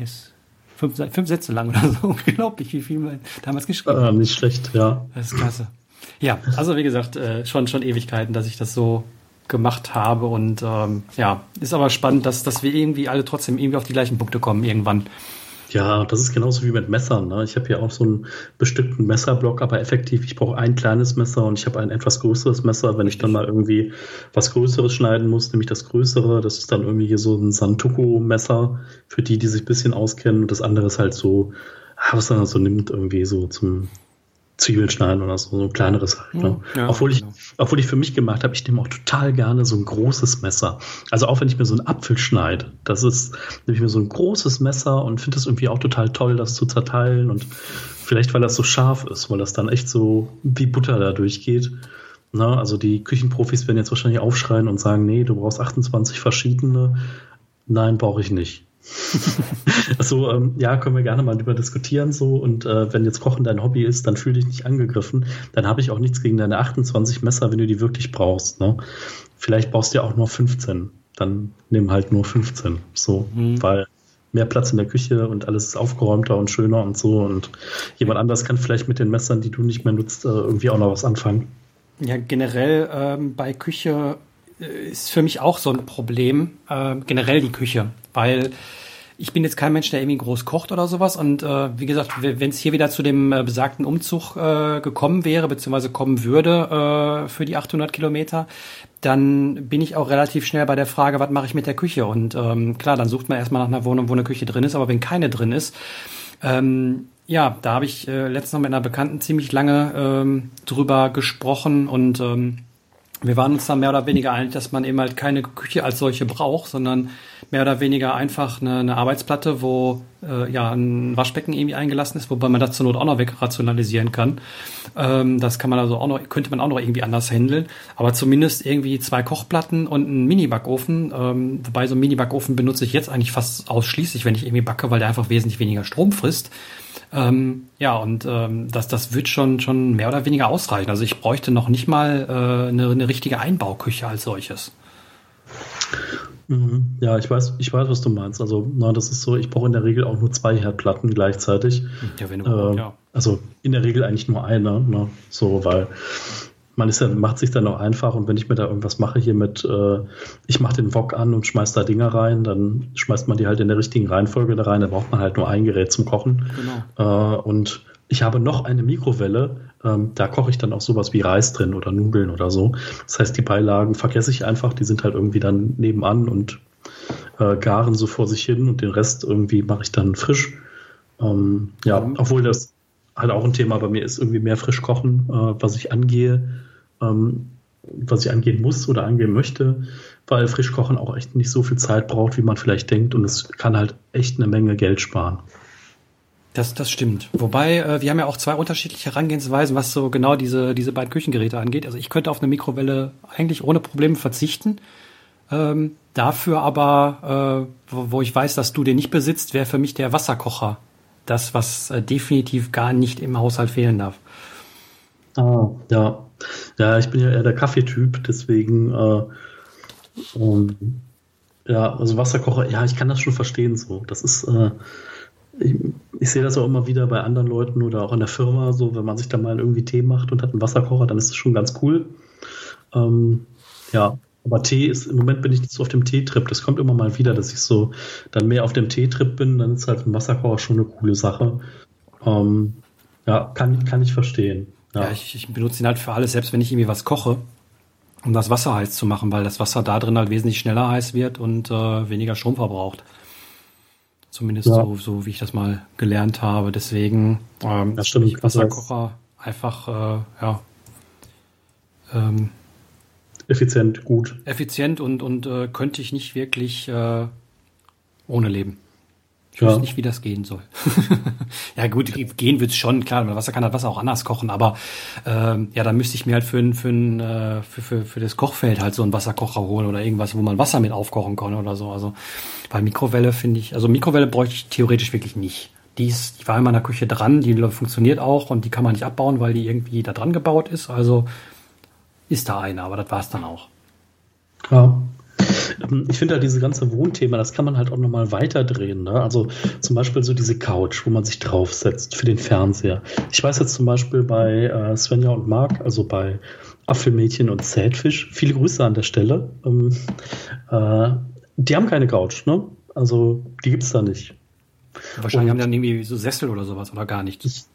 5 Sätze lang oder so. Unglaublich, wie viel man damals geschrieben hat. Nicht schlecht, ja. Das ist klasse. Ja, also wie gesagt, schon Ewigkeiten, dass ich das so gemacht habe und ist aber spannend, dass wir irgendwie alle trotzdem irgendwie auf die gleichen Punkte kommen irgendwann. Ja, das ist genauso wie mit Messern. Ne? Ich habe ja auch so einen bestimmten Messerblock, aber effektiv, ich brauche ein kleines Messer und ich habe ein etwas größeres Messer. Wenn ich dann mal irgendwie was Größeres schneiden muss, nämlich das Größere, das ist dann irgendwie hier so ein Santoku-Messer, für die sich ein bisschen auskennen. Und das andere ist halt so, was man so nimmt, irgendwie so zum Zwiebelschneiden oder so ein kleineres halt. Ne? Ja, obwohl ich für mich gemacht habe, ich nehme auch total gerne so ein großes Messer. Also auch wenn ich mir so einen Apfel schneide, nehme ich mir so ein großes Messer und finde es irgendwie auch total toll, das zu zerteilen und vielleicht, weil das so scharf ist, weil das dann echt so wie Butter da durchgeht. Na, also die Küchenprofis werden jetzt wahrscheinlich aufschreien und sagen, nee, du brauchst 28 verschiedene. Nein, brauche ich nicht. Also, können wir gerne mal drüber diskutieren so und wenn jetzt Kochen dein Hobby ist, dann fühl dich nicht angegriffen, dann habe ich auch nichts gegen deine 28 Messer, wenn du die wirklich brauchst, ne? Vielleicht brauchst du ja auch nur 15, dann nimm halt nur 15, so, weil mehr Platz in der Küche und alles ist aufgeräumter und schöner und so und jemand anders kann vielleicht mit den Messern, die du nicht mehr nutzt, irgendwie auch noch was anfangen. Ja, generell bei Küche ist für mich auch so ein Problem, generell die Küche, weil ich bin jetzt kein Mensch, der irgendwie groß kocht oder sowas und wie gesagt, wenn es hier wieder zu dem besagten Umzug gekommen wäre, beziehungsweise kommen würde für die 800 Kilometer, dann bin ich auch relativ schnell bei der Frage, was mache ich mit der Küche? Und klar, dann sucht man erstmal nach einer Wohnung, wo eine Küche drin ist, aber wenn keine drin ist, da habe ich letztens noch mit einer Bekannten ziemlich lange drüber gesprochen und wir waren uns dann mehr oder weniger einig, dass man eben halt keine Küche als solche braucht, sondern mehr oder weniger einfach eine Arbeitsplatte, wo ein Waschbecken irgendwie eingelassen ist, wobei man das zur Not auch noch wegrationalisieren kann. Das kann man also auch noch, könnte man auch noch irgendwie anders handeln. Aber zumindest irgendwie 2 Kochplatten und einen Mini-Backofen. Wobei so einen Mini-Backofen benutze ich jetzt eigentlich fast ausschließlich, wenn ich irgendwie backe, weil der einfach wesentlich weniger Strom frisst. Das wird schon mehr oder weniger ausreichen. Also ich bräuchte noch nicht mal eine richtige Einbauküche als solches. Ja, ich weiß, was du meinst. Also, das ist so, ich brauche in der Regel auch nur 2 Herdplatten gleichzeitig. Ja, wenn du Also in der Regel eigentlich nur eine, ne? So, weil macht sich dann auch einfach und wenn ich mir da irgendwas mache hier mit, ich mache den Wok an und schmeiß da Dinger rein, dann schmeißt man die halt in der richtigen Reihenfolge da rein, da braucht man halt nur ein Gerät zum Kochen. Genau. Und ich habe noch eine Mikrowelle, da koche ich dann auch sowas wie Reis drin oder Nudeln oder so. Das heißt, die Beilagen vergesse ich einfach, die sind halt irgendwie dann nebenan und garen so vor sich hin und den Rest irgendwie mache ich dann frisch. Obwohl das halt auch ein Thema bei mir ist, irgendwie mehr frisch kochen, was ich angehen muss oder angehen möchte, weil frisch kochen auch echt nicht so viel Zeit braucht, wie man vielleicht denkt und es kann halt echt eine Menge Geld sparen. Das stimmt. Wobei, wir haben ja auch zwei unterschiedliche Herangehensweisen, was so genau diese beiden Küchengeräte angeht. Also ich könnte auf eine Mikrowelle eigentlich ohne Probleme verzichten. Dafür aber, wo ich weiß, dass du den nicht besitzt, wäre für mich der Wasserkocher das, was definitiv gar nicht im Haushalt fehlen darf. Ah, ja. Ja, ich bin ja eher der Kaffeetyp, deswegen ja, also Wasserkocher, ja, ich kann das schon verstehen so. Das ist ich sehe das auch immer wieder bei anderen Leuten oder auch in der Firma, so wenn man sich da mal irgendwie Tee macht und hat einen Wasserkocher, dann ist das schon ganz cool. Ja, aber Tee ist, im Moment bin ich nicht so auf dem Teetrip. Das kommt immer mal wieder, dass ich so dann mehr auf dem Teetrip bin, dann ist halt ein Wasserkocher schon eine coole Sache. Ja, kann ich verstehen. Ja, ich benutze ihn halt für alles, selbst wenn ich irgendwie was koche, um das Wasser heiß zu machen, weil das Wasser da drin halt wesentlich schneller heiß wird und weniger Strom verbraucht. Zumindest so wie ich das mal gelernt habe. Deswegen ich Wasserkocher einfach effizient, gut. Effizient und könnte ich nicht wirklich ohne leben. Ich weiß nicht, wie das gehen soll. Ja gut, gehen wird's schon, klar, mit Wasser kann das Wasser auch anders kochen, aber dann müsste ich mir halt für das Kochfeld halt so einen Wasserkocher holen oder irgendwas, wo man Wasser mit aufkochen kann oder so. Also bei Mikrowelle Mikrowelle bräuchte ich theoretisch wirklich nicht. Die war in meiner Küche dran, die funktioniert auch und die kann man nicht abbauen, weil die irgendwie da dran gebaut ist. Also ist da eine, aber das war's dann auch. Ja. Ich finde ja diese ganze Wohnthema, das kann man halt auch nochmal weiterdrehen. Ne? Also zum Beispiel so diese Couch, wo man sich draufsetzt für den Fernseher. Ich weiß jetzt zum Beispiel bei Svenja und Marc, also bei Apfelmädchen und Zätfisch, viele Grüße an der Stelle. Die haben keine Couch, ne? Also die gibt's da nicht. Wahrscheinlich haben die dann irgendwie so Sessel oder sowas oder gar nichts.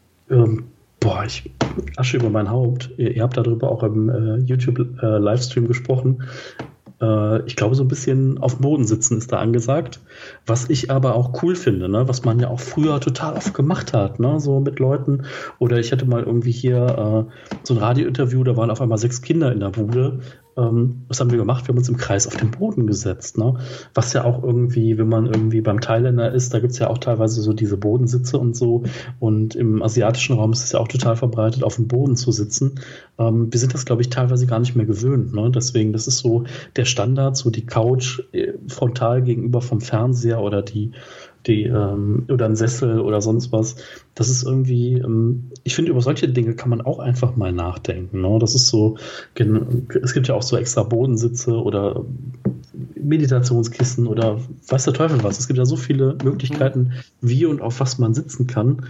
Asche über mein Haupt. Ihr habt darüber auch im YouTube-Livestream gesprochen. Ich glaube, so ein bisschen auf dem Boden sitzen ist da angesagt. Was ich aber auch cool finde, ne? Was man ja auch früher total oft gemacht hat, ne? So mit Leuten. Oder ich hatte mal irgendwie hier so ein Radiointerview, da waren auf einmal 6 Kinder in der Bude. Was haben wir gemacht? Wir haben uns im Kreis auf den Boden gesetzt. Ne? Was ja auch irgendwie, wenn man irgendwie beim Thailänder ist, da gibt es ja auch teilweise so diese Bodensitze und so. Und im asiatischen Raum ist es ja auch total verbreitet, auf dem Boden zu sitzen. Wir sind das, glaube ich, teilweise gar nicht mehr gewöhnt. Ne? Deswegen, das ist so der Standard, so die Couch frontal gegenüber vom Fernseher oder oder ein Sessel oder sonst was. Das ist irgendwie, ich finde, über solche Dinge kann man auch einfach mal nachdenken. Ne? Das ist so, es gibt ja auch so extra Bodensitze oder Meditationskissen oder weiß der Teufel was. Es gibt ja so viele Möglichkeiten, wie und auf was man sitzen kann.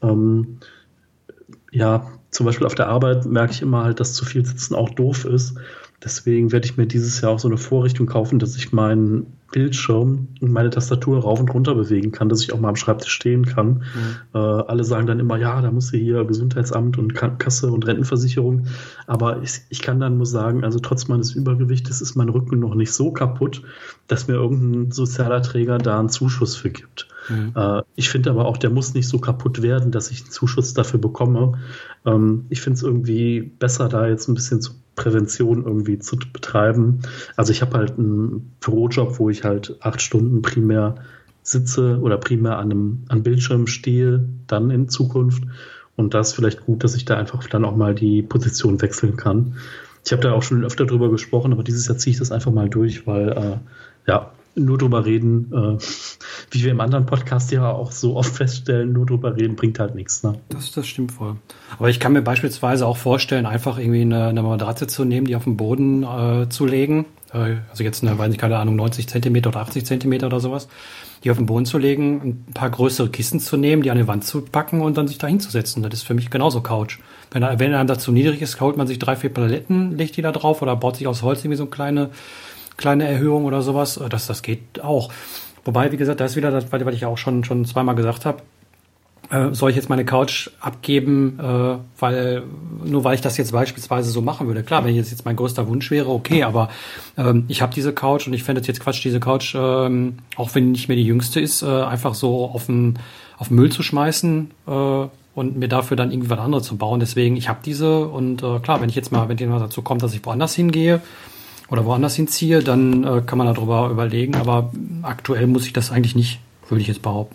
Zum Beispiel auf der Arbeit merke ich immer halt, dass zu viel Sitzen auch doof ist. Deswegen werde ich mir dieses Jahr auch so eine Vorrichtung kaufen, dass ich meinen Bildschirm und meine Tastatur rauf und runter bewegen kann, dass ich auch mal am Schreibtisch stehen kann. Alle sagen dann immer, ja, da muss hier Gesundheitsamt und Kasse und Rentenversicherung. Aber ich kann dann nur sagen, also trotz meines Übergewichtes ist mein Rücken noch nicht so kaputt, dass mir irgendein sozialer Träger da einen Zuschuss für gibt. Ich finde aber auch, der muss nicht so kaputt werden, dass ich einen Zuschuss dafür bekomme. Ich finde es irgendwie besser, da jetzt ein bisschen Prävention irgendwie zu betreiben. Also ich habe halt einen Bürojob, wo ich halt 8 Stunden primär sitze oder primär an Bildschirm stehe, dann in Zukunft. Und da ist vielleicht gut, dass ich da einfach dann auch mal die Position wechseln kann. Ich habe da auch schon öfter drüber gesprochen, aber dieses Jahr ziehe ich das einfach mal durch, weil nur drüber reden, wie wir im anderen Podcast ja auch so oft feststellen, nur drüber reden bringt halt nichts. Ne? Das stimmt voll. Aber ich kann mir beispielsweise auch vorstellen, einfach irgendwie eine Matratze zu nehmen, die auf den Boden zu legen. Also jetzt eine, weiß ich keine Ahnung, 90 Zentimeter oder 80 Zentimeter oder sowas. Die auf den Boden zu legen, ein paar größere Kissen zu nehmen, die an die Wand zu packen und dann sich da hinzusetzen. Das ist für mich genauso Couch. Wenn er da zu niedrig ist, holt man sich 3, 4 Paletten, legt die da drauf oder baut sich aus Holz irgendwie so eine kleine Erhöhung oder sowas. Das geht auch. Wobei, wie gesagt, da ist wieder das, was ich ja auch schon zweimal gesagt habe. Soll ich jetzt meine Couch abgeben, weil ich das jetzt beispielsweise so machen würde? Klar, wenn jetzt mein größter Wunsch wäre, okay, aber ich habe diese Couch und ich fände es jetzt Quatsch, diese Couch, auch wenn nicht mehr die jüngste ist, einfach so auf den Müll zu schmeißen und mir dafür dann irgendwie was anderes zu bauen. Deswegen, ich habe diese und klar, wenn jetzt mal dazu kommt, dass ich woanders hingehe oder woanders hinziehe, dann kann man darüber überlegen, aber aktuell muss ich das eigentlich nicht, würde ich jetzt behaupten.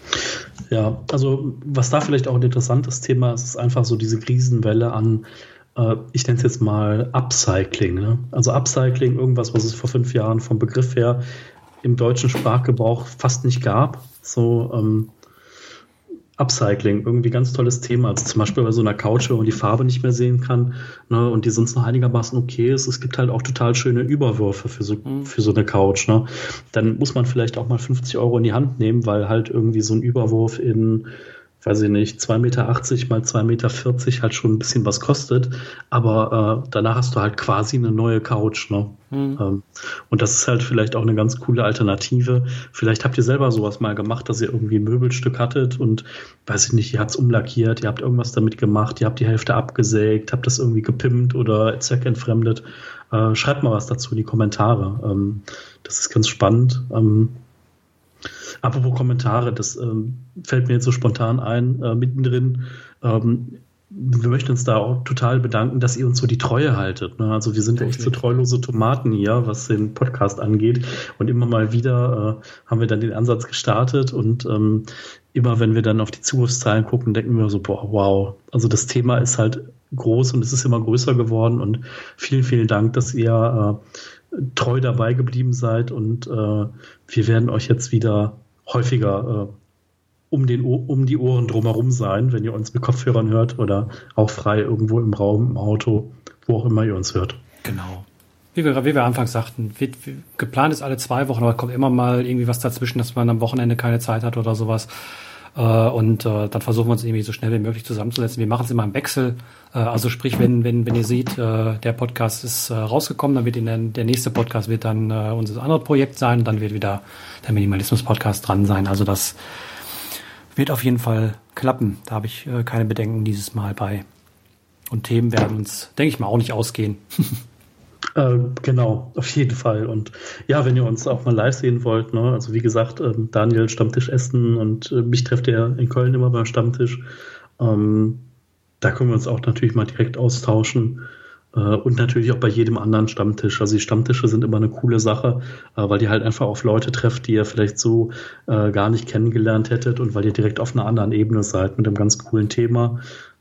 Ja, also was da vielleicht auch ein interessantes Thema ist, ist einfach so diese Riesenwelle an, ich nenne es jetzt mal Upcycling. Ne? Also Upcycling, irgendwas, was es vor 5 Jahren vom Begriff her im deutschen Sprachgebrauch fast nicht gab. So Upcycling, irgendwie ganz tolles Thema. Also zum Beispiel bei so einer Couch, wo man die Farbe nicht mehr sehen kann, ne, und die sonst noch einigermaßen okay ist. Es gibt halt auch total schöne Überwürfe für so eine Couch. Ne? Dann muss man vielleicht auch mal 50 € in die Hand nehmen, weil halt irgendwie so ein Überwurf in, weiß ich nicht, 2,80 Meter mal 2,40 Meter halt schon ein bisschen was kostet. Aber danach hast du halt quasi eine neue Couch. Ne? Und das ist halt vielleicht auch eine ganz coole Alternative. Vielleicht habt ihr selber sowas mal gemacht, dass ihr irgendwie ein Möbelstück hattet und, weiß ich nicht, ihr habt es umlackiert, ihr habt irgendwas damit gemacht, ihr habt die Hälfte abgesägt, habt das irgendwie gepimpt oder zweckentfremdet. Schreibt mal was dazu in die Kommentare. Das ist ganz spannend. Apropos Kommentare, das fällt mir jetzt so spontan ein, mittendrin. Wir möchten uns da auch total bedanken, dass ihr uns so die Treue haltet. Ne? Also wir sind echt so treulose Tomaten hier, was den Podcast angeht. Und immer mal wieder haben wir dann den Ansatz gestartet und immer wenn wir dann auf die Zugriffszahlen gucken, denken wir so, boah, wow. Also das Thema ist halt groß und es ist immer größer geworden und vielen, vielen Dank, dass ihr treu dabei geblieben seid und wir werden euch jetzt wieder häufiger um die Ohren drumherum sein, wenn ihr uns mit Kopfhörern hört oder auch frei irgendwo im Raum, im Auto, wo auch immer ihr uns hört. Genau. Wie wir anfangs sagten, geplant ist alle 2 Wochen, aber kommt immer mal irgendwie was dazwischen, dass man am Wochenende keine Zeit hat oder sowas. Und dann versuchen wir uns irgendwie so schnell wie möglich zusammenzusetzen. Wir machen es immer im Wechsel. Also sprich, wenn ihr seht, der Podcast ist rausgekommen, dann wird der nächste Podcast wird dann unser anderes Projekt sein und dann wird wieder der Minimalismus-Podcast dran sein. Also das wird auf jeden Fall klappen. Da habe ich keine Bedenken dieses Mal bei. Und Themen werden uns, denke ich mal, auch nicht ausgehen. Genau, auf jeden Fall. Und ja, wenn ihr uns auch mal live sehen wollt, ne, also wie gesagt, Daniel Stammtisch Essen und mich trefft ihr in Köln immer beim Stammtisch. Da können wir uns auch natürlich mal direkt austauschen. Und natürlich auch bei jedem anderen Stammtisch. Also die Stammtische sind immer eine coole Sache, weil ihr halt einfach auf Leute trefft, die ihr vielleicht so gar nicht kennengelernt hättet und weil ihr direkt auf einer anderen Ebene seid mit einem ganz coolen Thema.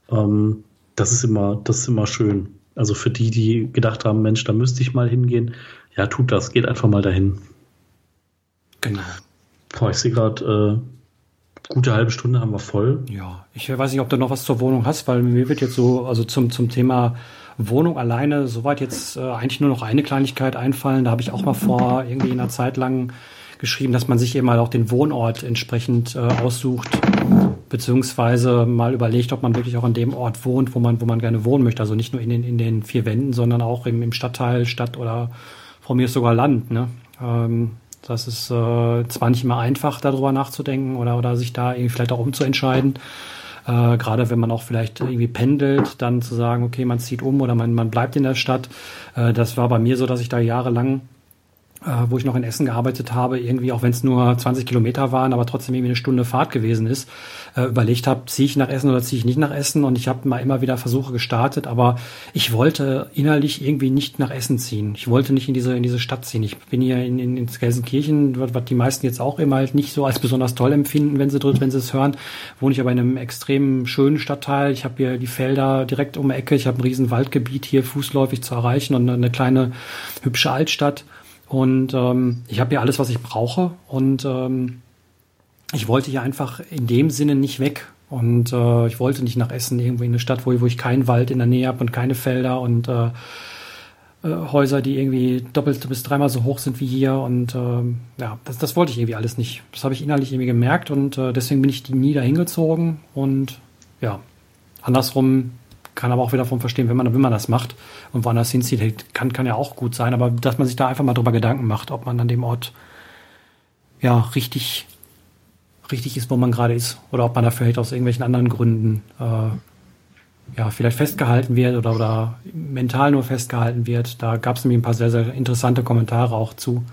Das ist immer schön. Also für die gedacht haben, Mensch, da müsste ich mal hingehen. Ja, tut das. Geht einfach mal dahin. Genau. Boah, ich sehe gerade, gute halbe Stunde haben wir voll. Ja, ich weiß nicht, ob du noch was zur Wohnung hast, weil mir wird jetzt so, also zum Thema Wohnung alleine soweit jetzt eigentlich nur noch eine Kleinigkeit einfallen. Da habe ich auch mal vor irgendwie einer Zeit lang geschrieben, dass man sich eben mal auch den Wohnort entsprechend aussucht, beziehungsweise mal überlegt, ob man wirklich auch an dem Ort wohnt, wo man gerne wohnen möchte. Also nicht nur in den 4 Wänden, sondern auch im Stadtteil, Stadt oder von mir sogar Land. Ne? Das ist zwar nicht immer einfach, darüber nachzudenken oder sich da irgendwie vielleicht auch umzuentscheiden. Gerade wenn man auch vielleicht irgendwie pendelt, dann zu sagen, okay, man zieht um oder man bleibt in der Stadt. Das war bei mir so, dass ich da jahrelang, wo ich noch in Essen gearbeitet habe, irgendwie, auch wenn es nur 20 Kilometer waren, aber trotzdem irgendwie eine Stunde Fahrt gewesen ist, überlegt habe, ziehe ich nach Essen oder ziehe ich nicht nach Essen, und ich habe mal immer wieder Versuche gestartet, aber ich wollte innerlich irgendwie nicht nach Essen ziehen. Ich wollte nicht in diese Stadt ziehen. Ich bin hier in Gelsenkirchen, was die meisten jetzt auch immer halt nicht so als besonders toll empfinden, wenn sie es hören, wohne ich aber in einem extrem schönen Stadtteil. Ich habe hier die Felder direkt um die Ecke, ich habe ein riesen Waldgebiet hier fußläufig zu erreichen und eine kleine hübsche Altstadt. Und ich habe hier alles, was ich brauche, und ich wollte hier einfach in dem Sinne nicht weg. Und ich wollte nicht nach Essen, irgendwo in eine Stadt, wo ich keinen Wald in der Nähe habe und keine Felder und Häuser, die irgendwie doppelt bis dreimal so hoch sind wie hier. Und ja, das wollte ich irgendwie alles nicht. Das habe ich innerlich irgendwie gemerkt, und deswegen bin ich nie dahin gezogen. Und ja, andersrum kann aber auch wieder davon verstehen, wenn man das macht und woanders hinzieht, kann ja auch gut sein, aber dass man sich da einfach mal drüber Gedanken macht, ob man an dem Ort ja richtig ist, wo man gerade ist, oder ob man da vielleicht aus irgendwelchen anderen Gründen ja vielleicht festgehalten wird oder mental nur festgehalten wird. Da gab es nämlich ein paar sehr, sehr interessante Kommentare auch zu.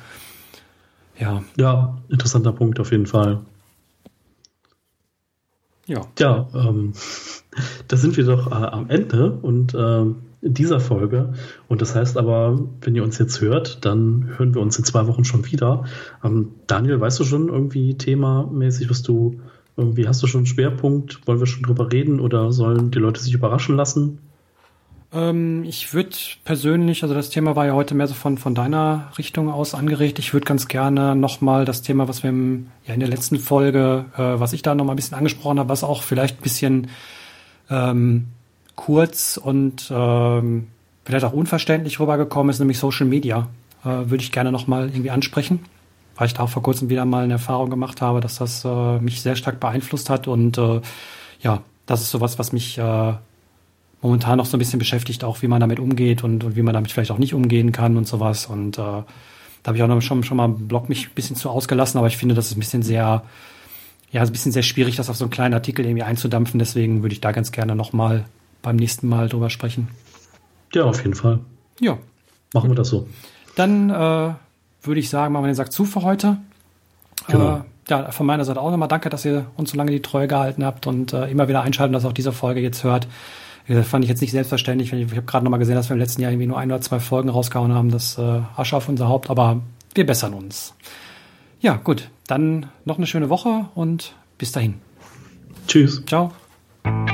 Ja, interessanter Punkt auf jeden Fall. Ja, da sind wir doch am Ende und dieser Folge. Und das heißt aber, wenn ihr uns jetzt hört, dann hören wir uns in 2 Wochen schon wieder. Daniel, weißt du schon irgendwie themamäßig, was du Irgendwie hast du schon einen Schwerpunkt? Wollen wir schon drüber reden oder sollen die Leute sich überraschen lassen? Ich würde persönlich, also das Thema war ja heute mehr so von deiner Richtung aus angeregt. Ich würde ganz gerne nochmal das Thema, was wir in der letzten Folge, was ich da nochmal ein bisschen angesprochen habe, was auch vielleicht ein bisschen kurz und vielleicht auch unverständlich rübergekommen ist, nämlich Social Media, würde ich gerne nochmal irgendwie ansprechen, weil ich da auch vor kurzem wieder mal eine Erfahrung gemacht habe, dass das mich sehr stark beeinflusst hat und das ist sowas, was mich momentan noch so ein bisschen beschäftigt, auch wie man damit umgeht und wie man damit vielleicht auch nicht umgehen kann und sowas. Und da habe ich auch noch schon mal im Blog mich ein bisschen zu ausgelassen, aber ich finde, das ist ein bisschen sehr schwierig, das auf so einen kleinen Artikel irgendwie einzudampfen. Deswegen würde ich da ganz gerne noch mal beim nächsten Mal drüber sprechen. Ja, auf jeden Fall. Ja. Machen wir das so. Dann würde ich sagen, machen wir den Sack zu für heute. Genau. Von meiner Seite auch nochmal danke, dass ihr uns so lange die Treue gehalten habt und immer wieder einschalten, dass auch diese Folge jetzt hört. Das fand ich jetzt nicht selbstverständlich. Ich habe gerade nochmal gesehen, dass wir im letzten Jahr irgendwie nur 1 oder 2 Folgen rausgehauen haben. Das Asche auf unser Haupt, aber wir bessern uns. Ja, gut. Dann noch eine schöne Woche und bis dahin. Tschüss. Ciao.